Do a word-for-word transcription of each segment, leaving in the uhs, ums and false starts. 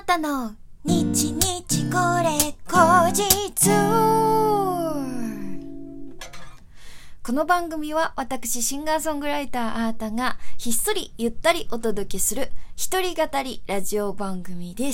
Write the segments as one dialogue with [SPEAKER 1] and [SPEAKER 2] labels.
[SPEAKER 1] たの日日これ後日。この番組は私シンガーソングライターあーたがひっそりゆったりお届けする一人語りラジオ番組です。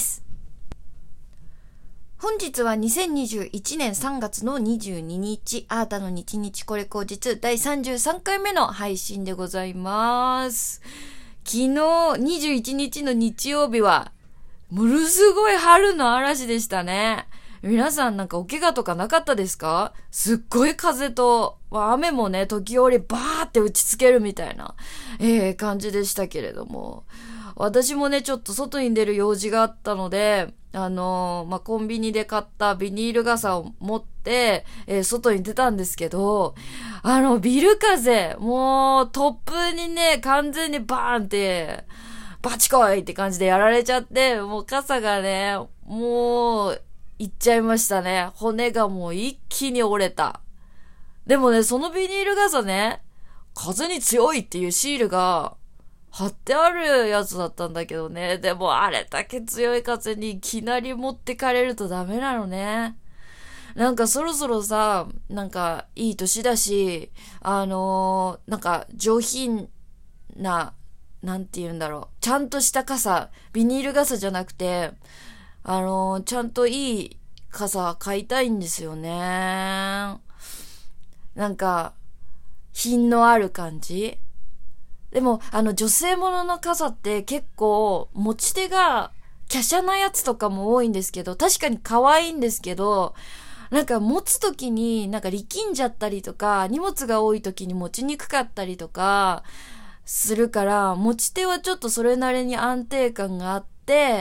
[SPEAKER 1] 本日はにせんにじゅういちねんさんがつのにじゅうににち、あーたの日日これ後日だいさんじゅうさんかいめの配信でございます。昨日にじゅういちにちの日曜日はものすごい春の嵐でしたね。皆さんなんかお怪我とかなかったですか？すっごい風と、雨もね、時折バーって打ちつけるみたいな、えー、感じでしたけれども。私もね、ちょっと外に出る用事があったので、あのー、まあ、コンビニで買ったビニール傘を持って、えー、外に出たんですけど、あの、ビル風、もう、突風にね、完全にバーンって、バチコイって感じでやられちゃって、もう傘がね、もう、いっちゃいましたね。骨がもう一気に折れた。でもね、そのビニール傘ね、風に強いっていうシールが貼ってあるやつだったんだけどね。でもあれだけ強い風にいきなり持ってかれるとダメなのね。なんかそろそろさ、なんかいい年だし、あのー、なんか上品な、なんて言うんだろう。ちゃんとした傘、ビニール傘じゃなくて、あのー、ちゃんといい傘買いたいんですよね。なんか、品のある感じ。でも、あの、女性ものの傘って結構、持ち手が、華奢なやつとかも多いんですけど、確かに可愛いんですけど、なんか持つときになんか力んじゃったりとか、荷物が多いときに持ちにくかったりとか、するから、持ち手はちょっとそれなりに安定感があって、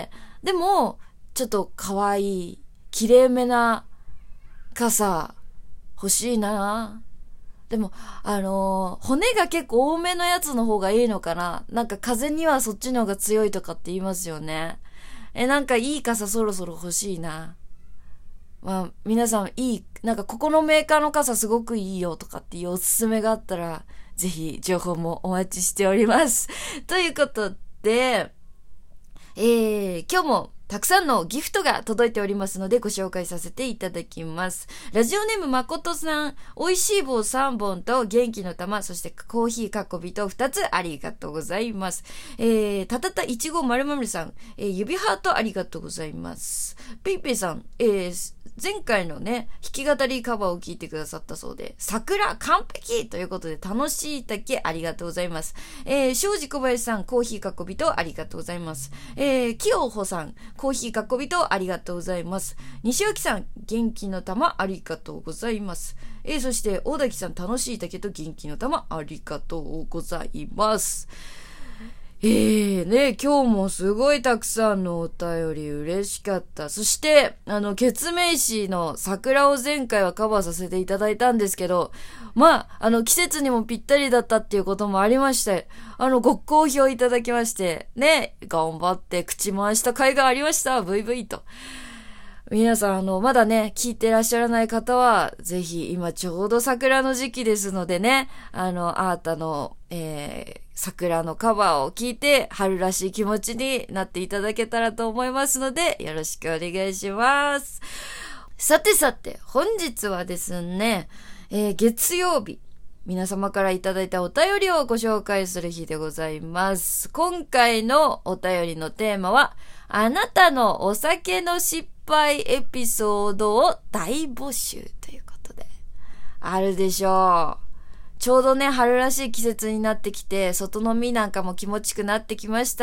[SPEAKER 1] でも、ちょっと可愛い、綺麗めな傘欲しいな。でも、あのー、骨が結構多めのやつの方がいいのかな。なんか風にはそっちの方が強いとかって言いますよね。え、なんかいい傘そろそろ欲しいな。まあ、皆さんいい、なんかここのメーカーの傘すごくいいよとかっていうおすすめがあったら、ぜひ情報もお待ちしております。ということで、えー、今日もたくさんのギフトが届いておりますのでご紹介させていただきます。ラジオネームまことさん、おいしい棒さんぼんと元気の玉、そしてコーヒーかっこびとふたつありがとうございます。えー、たたたいちごまるまるさん、えー、指ハートありがとうございます。ペイペイさん、えー、前回のね、弾き語りカバーを聞いてくださったそうで、桜完璧ということで楽しいだけありがとうございます。えー、庄司小林さん、コーヒーかっこびとありがとうございます。えー、清穂さん、コーヒーかっこびとありがとうございます。西脇さん、元気の玉ありがとうございます。えー、そして大滝さん、楽しいだけと元気の玉ありがとうございます。ええね、今日もすごいたくさんのお便り嬉しかった。そして、あの、ケツメイシの桜を前回はカバーさせていただいたんですけど、まあ、あの、季節にもぴったりだったっていうこともありまして、あの、ご好評いただきまして、ね、頑張って口回した甲斐がありました。ブイブイ と。皆さん、あの、まだね、聞いてらっしゃらない方は、ぜひ、今ちょうど桜の時期ですのでね、あの、あーたの、えー、桜のカバーを聞いて、春らしい気持ちになっていただけたらと思いますので、よろしくお願いします。さてさて、本日はですね、えー、月曜日、皆様からいただいたお便りをご紹介する日でございます。今回のお便りのテーマは、あなたのお酒の失敗エピソードを大募集ということで、あるでしょう。ちょうどね、春らしい季節になってきて、外飲みなんかも気持ちくなってきました。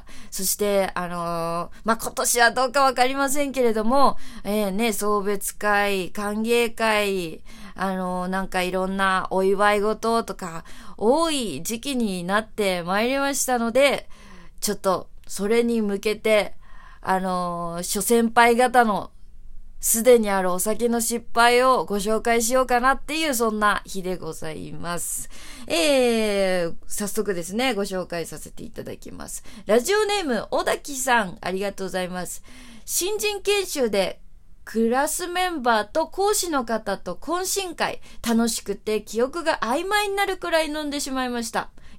[SPEAKER 1] そして、あのー、まあ、今年はどうかわかりませんけれども、えー、ね、送別会、歓迎会、あのー、なんかいろんなお祝い事とか、多い時期になってまいりましたので、ちょっと、それに向けて、あのー、諸先輩方のすでにあるお酒の失敗をご紹介しようかなっていうそんな日でございます。えー、早速ですね、ご紹介させていただきます。ラジオネーム、小滝さん、ありがとうございます。新人研修でクラスメンバーと講師の方と懇親会、楽しくて記憶が曖昧になるくらい飲んでしまいました。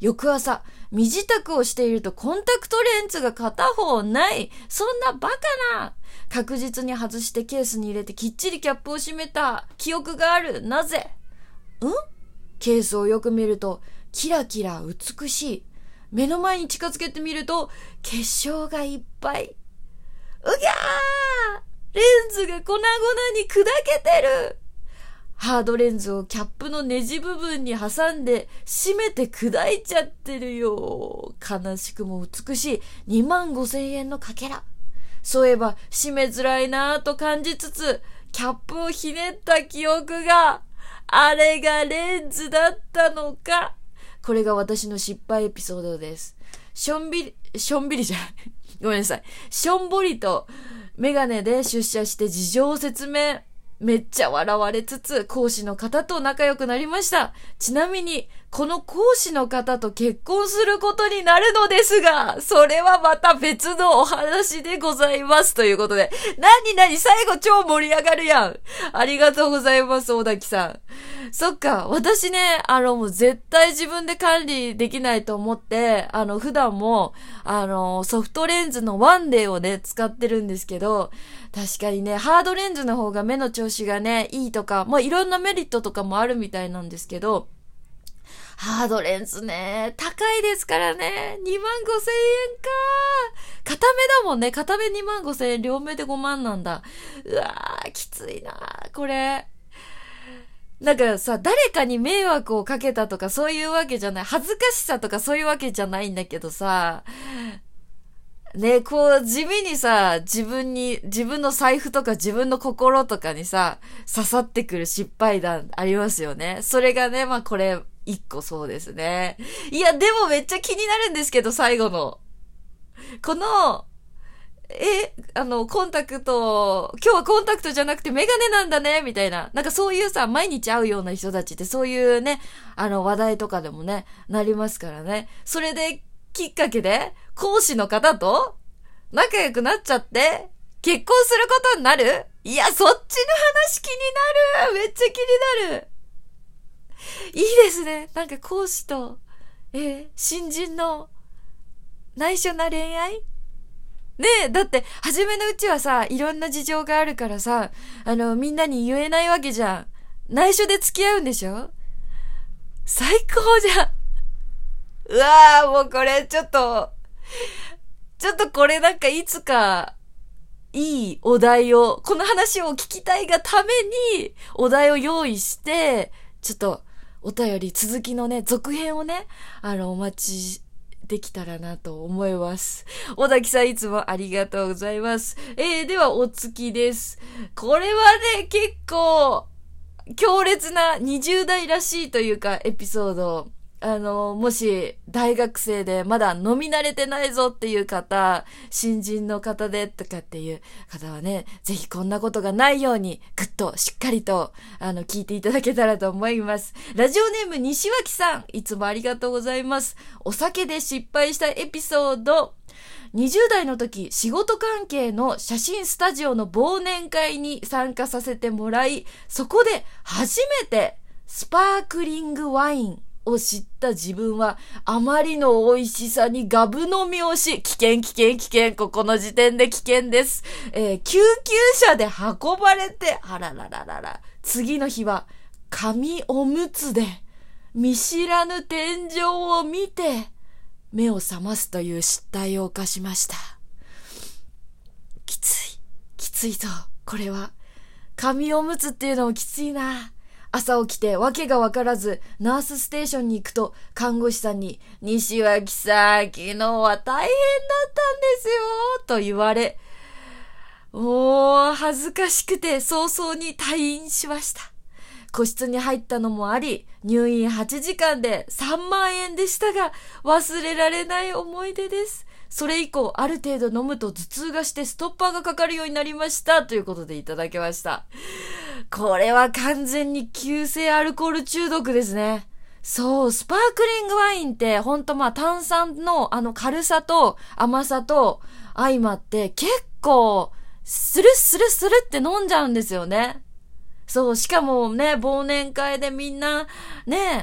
[SPEAKER 1] 翌朝、身支度をしているとコンタクトレンズが片方ない。そんなバカな。確実に外してケースに入れてきっちりキャップを閉めた記憶がある。なぜ？ん？ケースをよく見ると、キラキラ美しい。目の前に近づけてみると、結晶がいっぱい。うぎゃー！レンズが粉々に砕けてる。ハードレンズをキャップのネジ部分に挟んで締めて砕いちゃってるよ。悲しくも美しいにまんごせんえんのかけら。そういえば締めづらいなぁと感じつつ、キャップをひねった記憶が、あれがレンズだったのか。これが私の失敗エピソードです。しょんびり、しょんびりじゃない。ごめんなさい。しょんぼりとメガネで出社して事情を説明。めっちゃ笑われつつ講師の方と仲良くなりました。ちなみにこの講師の方と結婚することになるのですが、それはまた別のお話でございますということで、なになに最後超盛り上がるやん。ありがとうございます、大滝さん。そっか、私ね、あのもう絶対自分で管理できないと思って、あの普段もあのソフトレンズのワンデーをね使ってるんですけど、確かにね、ハードレンズの方が目の調子がねいいとか、まあいろんなメリットとかもあるみたいなんですけど、ハードレンズね、高いですからね。にまんごせんえんか。片目だもんね。片目にまんごせんえん、両目でごまんなんだ。うわー、きついなこれ。なんかさ、誰かに迷惑をかけたとかそういうわけじゃない。恥ずかしさとかそういうわけじゃないんだけどさ、ね、こう地味にさ、自分に、自分の財布とか自分の心とかにさ、刺さってくる失敗談ありますよね。それがね、まあこれ、一個そうですね。いや、でもめっちゃ気になるんですけど、最後の。この、え、あの、コンタクト、今日はコンタクトじゃなくてメガネなんだね、みたいな。なんかそういうさ、毎日会うような人たちってそういうね、あの話題とかでもね、なりますからね。それで、きっかけで、講師の方と仲良くなっちゃって、結婚することになる？いや、そっちの話気になる！めっちゃ気になる！いいですね。なんか講師と、えー、新人の内緒な恋愛？ねえ、だって、初めのうちはさ、いろんな事情があるからさ、あの、みんなに言えないわけじゃん。内緒で付き合うんでしょ？最高じゃん。うわー、もうこれ、ちょっと、ちょっとこれなんかいつか、いいお題を、この話を聞きたいがために、お題を用意して、ちょっと、お便り続きのね、続編をね、あの、お待ちできたらなと思います。小滝さんいつもありがとうございます。えー、ではお月です。これはね、結構、強烈なにじゅう代らしいというか、エピソード。あの、もし、大学生でまだ飲み慣れてないぞっていう方、新人の方でとかっていう方はね、ぜひこんなことがないように、ぐっとしっかりと、あの、聞いていただけたらと思います。ラジオネーム西脇さん、いつもありがとうございます。お酒で失敗したエピソード。にじゅう代の時、仕事関係の写真スタジオの忘年会に参加させてもらい、そこで初めてスパークリングワインを知った自分はあまりの美味しさにガブ飲みをし、危険危険危険、ここの時点で危険です。えー、救急車で運ばれて、あららららら、次の日は紙おむつで見知らぬ天井を見て目を覚ますという失態を犯しました。きつい、きついぞ、これは。紙おむつっていうのもきついな。朝起きてわけがわからずナースステーションに行くと、看護師さんに西脇さん、昨日は大変だったんですよと言われ、もう恥ずかしくて早々に退院しました。個室に入ったのもあり、入院はちじかんでさんまんえんでしたが、忘れられない思い出です。それ以降、ある程度飲むと頭痛がしてストッパーがかかるようになりました。ということでいただきました。これは完全に急性アルコール中毒ですね。そう、スパークリングワインってほんとまあ炭酸のあの軽さと甘さと相まって結構スルスルスルって飲んじゃうんですよね。そう、しかもね、忘年会でみんなね、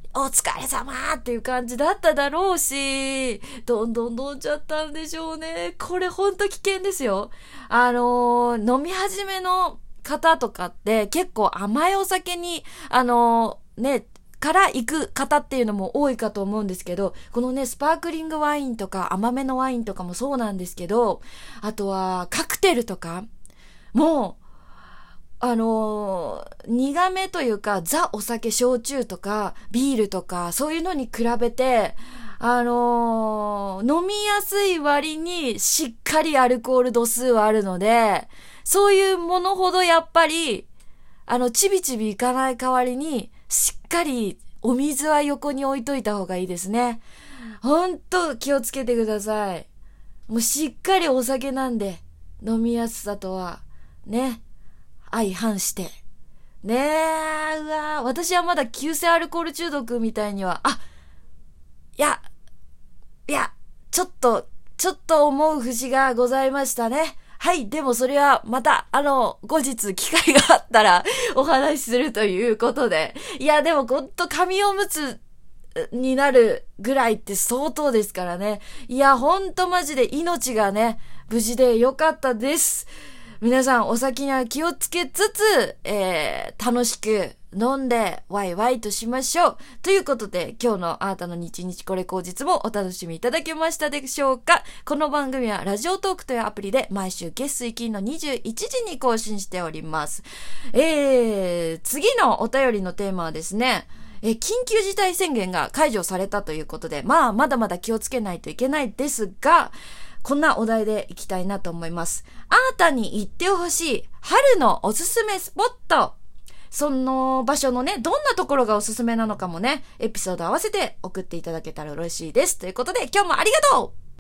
[SPEAKER 1] お疲れ様っていう感じだっただろうし、どんどん飲んじゃったんでしょうね。これほんと危険ですよ。あのー、飲み始めの方とかって結構甘いお酒に、あのー、ね、から行く方っていうのも多いかと思うんですけど、このね、スパークリングワインとか甘めのワインとかもそうなんですけど、あとはカクテルとか、もう、あのー、苦めというか、ザお酒、焼酎とか、ビールとか、そういうのに比べて、あのー、飲みやすい割にしっかりアルコール度数はあるので、そういうものほどやっぱり、あの、ちびちびいかない代わりに、しっかりお水は横に置いといた方がいいですね。ほんと気をつけてください。もうしっかりお酒なんで、飲みやすさとは、ね、相反して。ねえ、うわ私はまだ急性アルコール中毒みたいには、あ、いや、いや、ちょっと、ちょっと思う節がございましたね。はい、でもそれはまた、あの、後日機会があったらお話しするということで。いや、でもほんと紙おむつになるぐらいって相当ですからね。いや、ほんとマジで命がね、無事でよかったです。皆さんお酒には気をつけつつ、えー、楽しく飲んでワイワイとしましょう。ということで今日のあなたの日日これ口実もお楽しみいただけましたでしょうか。この番組はラジオトークというアプリで毎週月水金のにじゅういちじに更新しております。えー、次のお便りのテーマはですね、え緊急事態宣言が解除されたということで、まあまだまだ気をつけないといけないですが、こんなお題でいきたいなと思います。あなたに行ってほしい春のおすすめスポット。その場所のね、どんなところがおすすめなのかもね、エピソード合わせて送っていただけたら嬉しいです。ということで、今日もありがとう。